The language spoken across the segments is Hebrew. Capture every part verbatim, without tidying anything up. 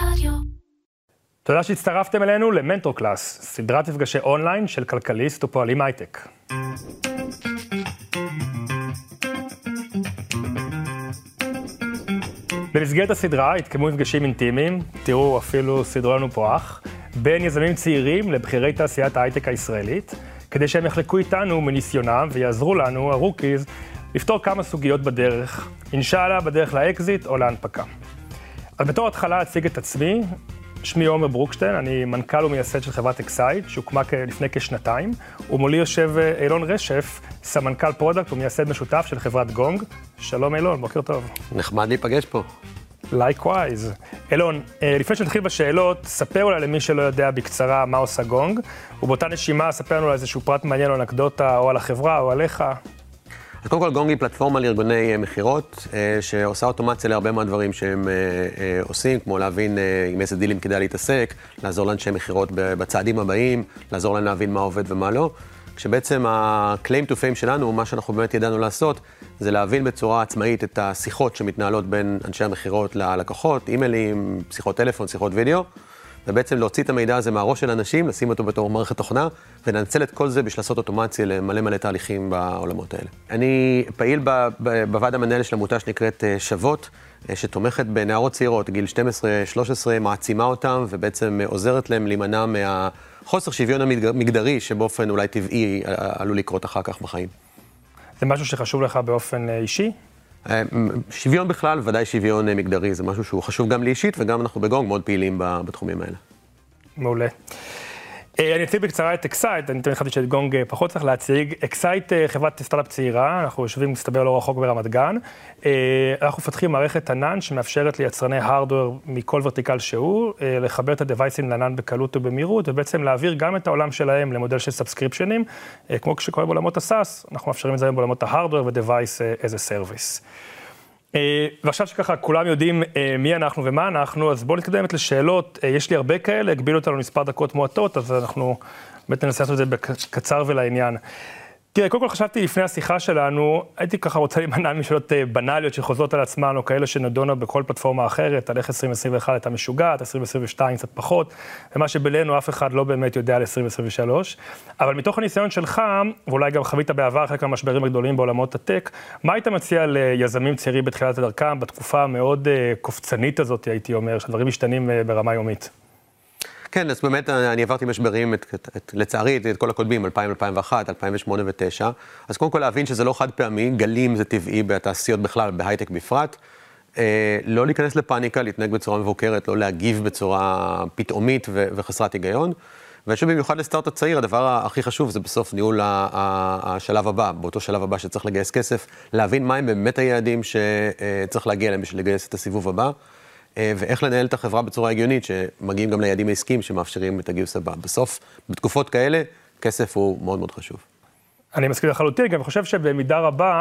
רדיו. תודה שהצטרפתם אלינו למנטור קלאס, סדרת מפגשי אונליין של כלכליסט ופועלים הייטק. במסגרת הסדרה התקיימו מפגשים אינטימיים, תראו אפילו סדרו לנו פה אח, בין יזמים צעירים לבחירי תעשיית ההייטק הישראלית, כדי שהם יחלקו איתנו מניסיונם ויעזרו לנו, הרוקיז, לפתור כמה סוגיות בדרך, אינשאללה בדרך לאקזיט או להנפקה. אז בתור התחלה אציג את עצמי, שמי עומר ברוקשטיין, אני מנכ"ל ומייסד של חברת אקסייט, שהוקמה לפני כשנתיים, ומולי יושב אילון רשף, סמנכ"ל פרודקט ומייסד משותף של חברת גונג. שלום אילון, בוקר טוב. נחמד להיפגש פה. לייקווייז. אילון, לפני שנתחיל בשאלות, ספר אולי למי שלא יודע בקצרה מה עושה גונג, ובאותה נשימה ספר לנו איזשהו פרט מעניין או אנקדוטה, או על החברה או עליך. אז קודם כל, גונג היא פלטפורמה לארגוני מחירות, שעושה אוטומציה להרבה מהדברים שהם עושים, כמו להבין עם איזה דילים כדאי להתעסק, לעזור לאנשי מחירות בצעדים הבאים, לעזור להם להבין מה עובד ומה לא. כשבעצם ה-claim to fame שלנו, מה שאנחנו באמת ידענו לעשות, זה להבין בצורה עצמאית את השיחות שמתנהלות בין אנשי המחירות ללקוחות, אימיילים, שיחות טלפון, שיחות וידאו, ובעצם להוציא את המידע הזה מהראש של אנשים, לשים אותו בתור מערכת תוכנה, וננצל את כל זה בשביל לעשות אוטומציה למלא מלא תהליכים בעולמות האלה. אני פעיל בוועד המנהל של עמותה שנקראת שוות, שתומכת בנערות צעירות, גיל שתים עשרה שלוש עשרה, מעצימה אותם, ובעצם עוזרת להם להימנע מהחוסר שוויון המגדרי, שבאופן אולי טבעי עלול לקרות אחר כך בחיים. זה משהו שחשוב לך באופן אישי? שוויון בכלל, ודאי שוויון מגדרי, זה משהו שהוא חשוב גם לי אישית, וגם אנחנו בגונג מאוד פעילים בתחומים האלה. מעולה. אני אציג בקצרה את אקסייט, אני תמיד חשבתי שאת גונג פחות צריך להציג. אקסייט חברת סטארט-אפ צעירה, אנחנו יושבים, מסתבר לא רחוק ברמת גן. אנחנו מפתחים מערכת ענן שמאפשרת ליצרני הארדוור מכל ורטיקל שהוא, לחבר את הדווייסים לענן בקלות ובמהירות, ובעצם להעביר גם את העולם שלהם למודל של סאבסקריפשנים, כמו שקורה בעולמות הסאס, אנחנו מאפשרים את זה בעולמות ההארדוור ודווייס as a service. ועכשיו שככה כולם יודעים מי אנחנו ומה אנחנו, אז בואו נתקדם לשאלות. יש לי הרבה כאלה, הגבילו אותנו מספר דקות מועטות, אז אנחנו באמת ננסה לעשות את זה בקצר ולעניין. תראה, קודם כל חשבתי לפני השיחה שלנו, הייתי ככה רוצה להימנע משאלות בנאליות שחוזרות על עצמן, או כאלה שנדונו בכל פלטפורמה אחרת, על איך עשרים עשרים ואחת הייתה משוגעת, עשרים עשרים ושתיים קצת פחות, ומה שבינינו אף אחד לא באמת יודע על עשרים עשרים ושלוש. אבל מתוך הניסיון שלך, ואולי גם חווית בעבר חלק מהמשברים הגדולים בעולמות הטק, מה היית מציע ליזמים צעירים בתחילת הדרכם, בתקופה המאוד קופצנית הזאת, הייתי אומר, שדברים משתנים ברמה יומית? כן, אז באמת אני עברתי משברים, את, את, את, לצערי, את, את כל הקודמים, אלפיים, אלפיים ואחת, אלפיים ושמונה ותשע. אז קודם כל להבין שזה לא חד פעמי, גלים זה טבעי בתעשיות בכלל, בהייטק בפרט. אה, לא להיכנס לפאניקה, להתנהג בצורה מבוקרת, לא להגיב בצורה פתאומית ו, וחסרת היגיון. ושוב, במיוחד לסטארט-אפ צעיר, הדבר הכי חשוב זה בסוף ניהול השלב הבא, באותו שלב הבא שצריך לגייס כסף, להבין מהם באמת היעדים שצריך להגיע להם בשביל לגייס את הסיבוב הבא. ואיך לנהל את החברה בצורה הגיונית, שמגיעים גם ליעדים העסקיים שמאפשרים את הגיוס הבא. בסוף, בתקופות כאלה, כסף הוא מאוד מאוד חשוב. אני מסכים לחלוטין, גם חושב שבמידה רבה,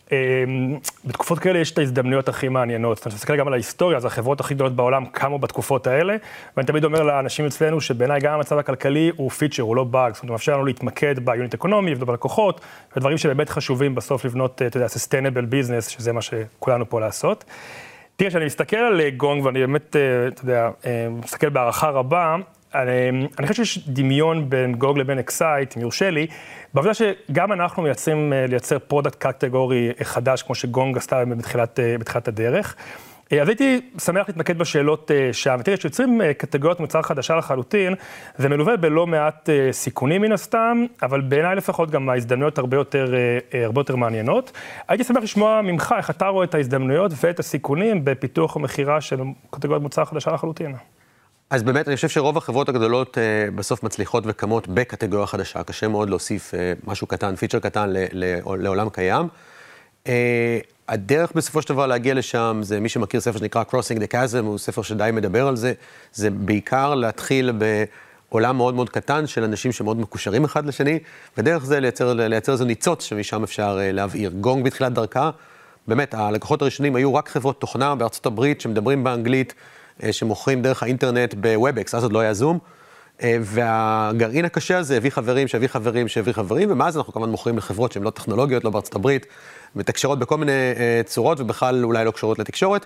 בתקופות כאלה יש את ההזדמנויות הכי מעניינות. אני מסתכל גם על ההיסטוריה, אז החברות הכי גדולות בעולם קמו בתקופות האלה, ואני תמיד אומר לאנשים אצלנו שבעיניי גם המצב הכלכלי הוא פיצ'ר, הוא לא באג, זאת אומרת, הוא מאפשר לנו להתמקד ביוניט אקונומי ובלקוחות, ודברים שבאמת חשובים בסוף לבנות, אתה יודע, sustainable business, שזה מה שכולנו פה לעשות. תראה, שאני מסתכל על גונג, ואני באמת, אתה יודע, מסתכל בהערכה רבה, אני, אני חושב שיש דמיון בין גונג לבין אקסייט, אם יורשה לי, בעובדה שגם אנחנו מייצרים לייצר פרודקט קטגורי חדש, כמו שגונג עשתה בתחילת, בתחילת הדרך. אז הייתי שמח להתמקד בשאלות שם. ותראה, שיוצרים קטגוריות מוצר חדשה לחלוטין, זה מלווה בלא מעט סיכונים מן הסתם, אבל בעיניי לפחות גם ההזדמנויות הרבה יותר, הרבה יותר מעניינות. הייתי שמח לשמוע ממך איך אתה רואה את ההזדמנויות ואת הסיכונים בפיתוח ומחירה של קטגוריות מוצר חדשה לחלוטין. אז באמת אני חושב שרוב החברות הגדולות אה, בסוף מצליחות וקמות בקטגוריה חדשה. קשה מאוד להוסיף אה, משהו קטן, פיצ'ר קטן ל- ל- לעולם קיים. אה, הדרך בסופו של דבר להגיע לשם, זה מי שמכיר ספר שנקרא Crossing the Chasm, הוא ספר שדי מדבר על זה, זה בעיקר להתחיל בעולם מאוד מאוד קטן של אנשים שמאוד מקושרים אחד לשני, ודרך זה לייצר, לייצר איזו ניצוץ שמשם אפשר אה, להבעיר. גונג בתחילת דרכה, באמת הלקוחות הראשונים היו רק חברות תוכנה בארצות הברית שמדברים באנגלית, שמוכרים דרך האינטרנט בוובקס, אז עוד לא היה זום, והגרעין הקשה הזה הביא חברים, שהביא חברים, שהביא חברים, ומאז אנחנו כמובן מוכרים לחברות שהן לא טכנולוגיות, לא בארצות הברית, מתקשרות בכל מיני צורות, ובכלל אולי לא קשורות לתקשורת,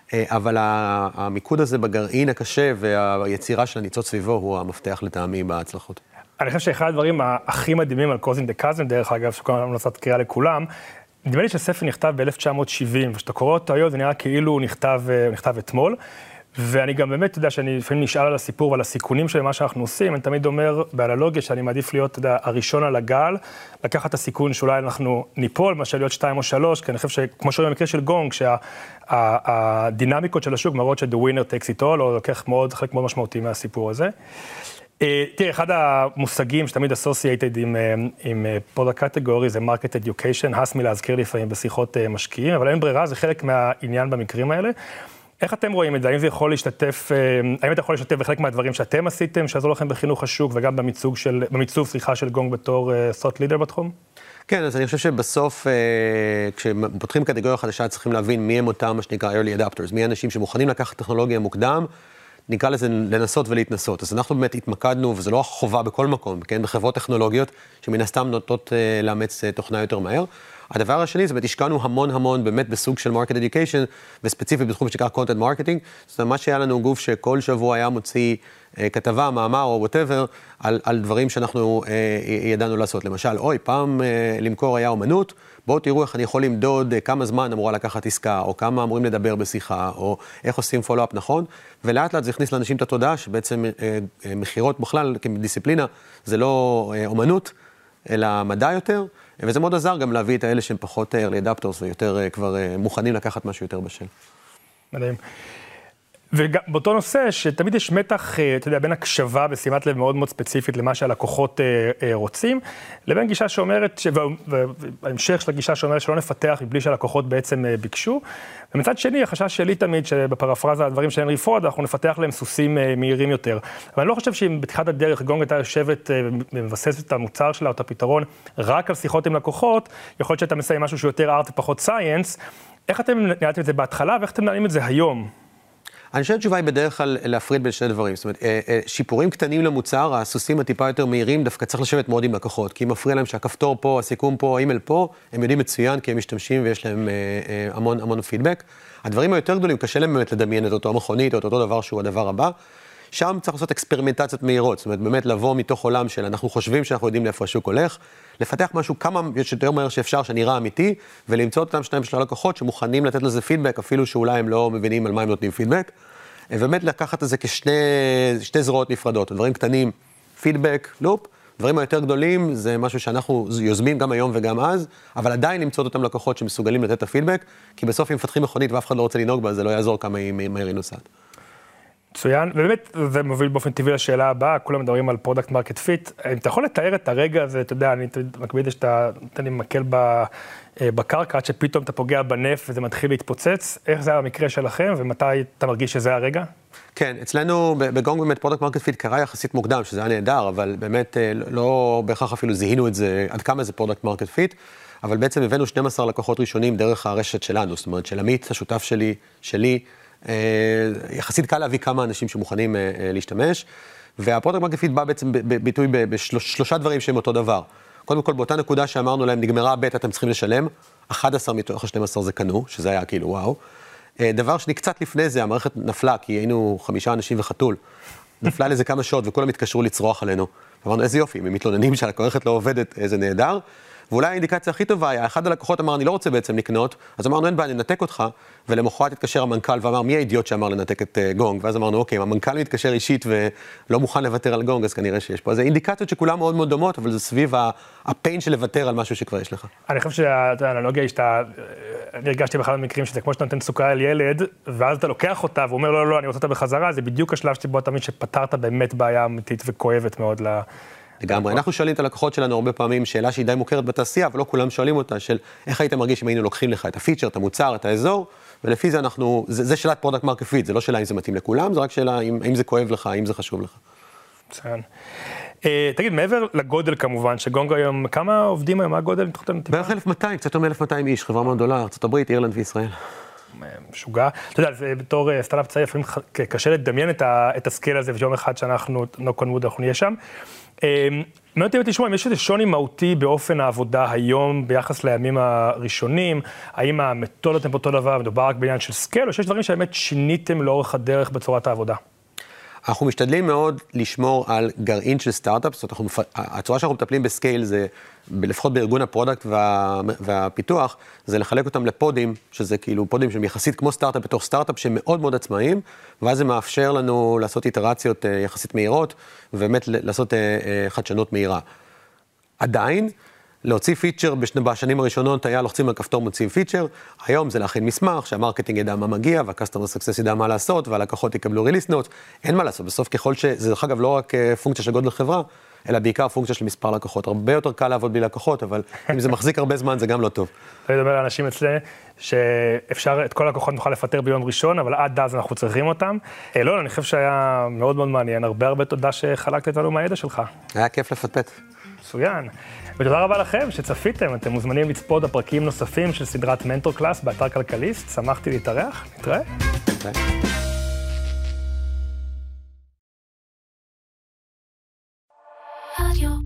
אבל המיקוד הזה בגרעין הקשה והיצירה של הניצוץ סביבו הוא המפתח לטעמי בהצלחות. אני חושב שאחד הדברים הכי מדהימים על קוזין דה קאזן, דרך אגב, שכל הזמן נעשת קריאה לכולם, נדמה לי שהספר נכתב ב-אלף תשע מאות שבעים, ושאתה קורא אותו היום, זה נראה כאילו הוא נכתב, הוא נכתב אתמול, ואני גם באמת יודע שאני לפעמים נשאל על הסיפור ועל הסיכונים של מה שאנחנו עושים, אני תמיד אומר באנלוגיה שאני מעדיף להיות, אתה יודע, הראשון על הגל, לקחת את הסיכון שאולי אנחנו ניפול, מה שלהיות שתיים או שלוש, כי אני חושב שכמו שאומרים במקרה של גונג, שהדינמיקות של השוק מראות ש-the winner takes it all, או לוקח מאוד, חלק מאוד משמעותי מהסיפור הזה. תראה, אחד המושגים שתמיד associated עם, עם product category זה market education, הסמי להזכיר לפעמים בשיחות משקיעים, אבל אין ברירה, זה חלק מהעניין במקרים האלה. איך אתם רואים את זה? האם זה יכול להשתתף, האם אתה יכול להשתתף בחלק מהדברים שאתם עשיתם, שעזרו לכם בחינוך השוק, וגם במיצוג של, במיצוב, סליחה, של גונג בתור thought leader בתחום? כן, אז אני חושב שבסוף, כשפותחים קטגוריה חדשה, צריכים להבין מי הם אותם, מה שנקרא early adopters, מי האנשים שמוכנים לקחת טכנולוגיה מוקדם, נקרא לזה לנסות ולהתנסות. אז אנחנו באמת התמקדנו, וזה לא חובה בכל מקום, כן? בחברות טכנולוגיות, שמן הסתם נוטות לאמץ תוכנה יותר מהר. הדבר השני, זה באמת השקענו המון המון באמת בסוג של market education, וספציפית בתחום שנקרא content marketing. זאת אומרת, מה שהיה לנו גוף שכל שבוע היה מוציא אה, כתבה, מאמר או whatever, על, על דברים שאנחנו אה, ידענו לעשות. למשל, אוי, פעם אה, למכור היה אומנות, בואו תראו איך אני יכול למדוד אה, כמה זמן אמורה לקחת עסקה, או כמה אמורים לדבר בשיחה, או איך עושים follow-up נכון, ולאט לאט זה הכניס לאנשים את התודעה, שבעצם אה, אה, מחירות בכלל כדיסציפלינה, זה לא אה, אומנות, אלא מדע יותר, וזה מאוד עזר גם להביא את האלה שהם פחות early adapters ויותר כבר מוכנים לקחת משהו יותר בשל. מדהים. ובאותו נושא שתמיד יש מתח, אתה יודע, בין הקשבה בשימת לב מאוד מאוד ספציפית למה שהלקוחות רוצים, לבין גישה שאומרת, וההמשך של הגישה שאומרת שלא נפתח מבלי שהלקוחות בעצם ביקשו. ומצד שני, החשש שלי תמיד שבפרפרזה הדברים של הנרי פורד, אנחנו נפתח להם סוסים מהירים יותר. אבל אני לא חושב שאם בתחילת הדרך גונג הייתה יושבת ומבססת את המוצר שלה או את הפתרון רק על שיחות עם לקוחות, יכול להיות שאתה מסיים משהו שהוא יותר ארט ופחות סייאנס. איך אתם נעלתם את זה בהתחלה ואיך אתם נעלים את זה היום? אני חושב התשובה היא בדרך כלל להפריד בין שני דברים. זאת אומרת, שיפורים קטנים למוצר, הסוסים הטיפה יותר מהירים, דווקא צריך לשבת מאוד עם לקוחות, כי אם מפריע להם שהכפתור פה, הסיכום פה, האימייל פה, הם יודעים מצוין, כי הם משתמשים ויש להם המון המון פידבק. הדברים היותר גדולים, קשה להם באמת לדמיין את אותו מכונית או את אותו דבר שהוא הדבר הבא. שם צריך לעשות אקספרימנטציות מהירות, זאת אומרת, באמת לבוא מתוך עולם של אנחנו חושבים שאנחנו יודעים לאיפה השוק הולך, לפתח משהו כמה יותר מהר שאפשר, שנראה אמיתי, ולמצוא אותם שניים של הלקוחות שמוכנים לתת לזה פידבק, אפילו שאולי הם לא מבינים על מה הם נותנים פידבק, ובאמת לקחת את זה כשני שתי זרועות נפרדות, דברים קטנים, פידבק, לופ, דברים היותר גדולים, זה משהו שאנחנו יוזמים גם היום וגם אז, אבל עדיין למצוא אותם לקוחות שמסוגלים לתת את הפידבק, כי בסוף אם מפתחים מכונית ואף אחד לא רוצה לנהוג בה, זה לא יעזור כמה מהר היא נוסעת. מצוין, ובאמת זה מוביל באופן טבעי לשאלה הבאה, כולם מדברים על פרודקט מרקט פיט, אם אתה יכול לתאר את הרגע הזה, אתה יודע, אני מקביד שאתה נותן לי מקל בקרקע, עד שפתאום אתה פוגע בנף וזה מתחיל להתפוצץ, איך זה היה המקרה שלכם ומתי אתה מרגיש שזה הרגע? כן, אצלנו בגונג באמת פרודקט מרקט פיט קרה יחסית מוקדם, שזה היה נהדר, אבל באמת לא בהכרח אפילו זיהינו את זה, עד כמה זה פרודקט מרקט פיט, אבל בעצם הבאנו שנים עשר לקוחות ראשונים דרך הרשת שלנו, זאת אומרת של עמית, השותף שלי, שלי, יחסית קל להביא כמה אנשים שמוכנים להשתמש, והפרודקט מרקט פיט בא בעצם ביטוי בשלושה דברים שהם אותו דבר. קודם כל, באותה נקודה שאמרנו להם, נגמרה הבטא, אתם צריכים לשלם, אחד עשר מתוך ה-שנים עשר זה קנו, שזה היה כאילו וואו. דבר שני, קצת לפני זה, המערכת נפלה, כי היינו חמישה אנשים וחתול, נפלה לזה כמה שעות, וכולם התקשרו לצרוח עלינו. אמרנו, איזה יופי, הם מתלוננים שהמערכת לא עובדת, איזה נהדר. ואולי האינדיקציה הכי טובה היה, אחד הלקוחות אמר, אני לא רוצה בעצם לקנות, אז אמרנו, אין בעיה, ננתק אותך, ולמחרת התקשר המנכ"ל ואמר, מי האידיוט שאמר לנתק את uh, גונג? ואז אמרנו, אוקיי, המנכ"ל מתקשר אישית ולא מוכן לוותר על גונג, אז כנראה שיש פה. אז זה אינדיקציות שכולם מאוד מאוד דומות, אבל זה סביב הפיין של לוותר על משהו שכבר יש לך. אני חושב שהאנלוגיה היא שאתה, אני הרגשתי באחד המקרים שזה כמו שאתה נותן סוכריה על ילד, ואז אתה לוקח אותה ואומר, לא, לא, לא, אני רוצה אותה בחזרה, זה בדיוק השלב שבו אתה מבין שפתרת באמת בעיה אמיתית וכואבת מאוד ל... לגמרי. אנחנו שואלים את הלקוחות שלנו הרבה פעמים, שאלה שהיא די מוכרת בתעשייה, אבל לא כולם שואלים אותה, של איך היית מרגיש אם היינו לוקחים לך את הפיצ'ר, את המוצר, את האזור, ולפי זה אנחנו, זה, זה שאלת פרודקט מרקט פיט, זה לא שאלה אם זה מתאים לכולם, זה רק שאלה אם, אם זה כואב לך, אם זה חשוב לך. מצוין. תגיד, מעבר לגודל כמובן, שגונג היום, כמה עובדים היום, מה הגודל? בערך אלף ומאתיים, קצת יותר מ-אלף ומאתיים איש, חברה מאוד גדולה, ארצות הברית, אירלנד וישראל. משוגע. אתה יודע, זה בתור סטארט-אפ צעיר, לפעמים קשה לדמיין את הסקייל הזה, ויום אחד שאנחנו, no conwood, אנחנו נהיה שם. מאוד טוב לשמוע, אם יש איזה שוני מהותי באופן העבודה היום ביחס לימים הראשונים, האם המתודות הן באותו דבר, מדובר רק בעניין של סקייל, או שיש דברים שבאמת שיניתם לאורך הדרך בצורת העבודה? אנחנו משתדלים מאוד לשמור על גרעין של סטארט-אפ, זאת אומרת, הצורה שאנחנו מטפלים בסקייל זה, לפחות בארגון הפרודקט וה, והפיתוח, זה לחלק אותם לפודים, שזה כאילו פודים שהם יחסית כמו סטארט-אפ בתוך סטארט-אפ, שהם מאוד מאוד עצמאיים, ואז זה מאפשר לנו לעשות איטרציות יחסית מהירות, ובאמת לעשות חדשנות מהירה. עדיין, להוציא פיצ'ר בשנים הראשונות היה לוחצים על כפתור מוציאים פיצ'ר, היום זה להכין מסמך שהמרקטינג ידע מה מגיע והקסטומר סקסס ידע מה לעשות והלקוחות יקבלו ריליס נוט, אין מה לעשות, בסוף ככל שזה דרך אגב לא רק פונקציה של גודל חברה, אלא בעיקר פונקציה של מספר לקוחות, הרבה יותר קל לעבוד בלי לקוחות, אבל אם זה מחזיק הרבה זמן זה גם לא טוב. אני מדבר לאנשים אצלי שאפשר את כל לקוחות נוכל לפטר ביום ראשון, אבל עד אז אנחנו צריכים אותם. לא, אני חושב שהיה מאוד מאוד מעניין, הרבה הרבה תודה שחלקת איתנו מהידע שלך. היה כיף לפטפט. מצוין. ותודה רבה לכם שצפיתם, אתם מוזמנים לצפות בפרקים נוספים של סדרת מנטור קלאס באתר כלכליסט, שמחתי להתארח, נתראה. נתראה.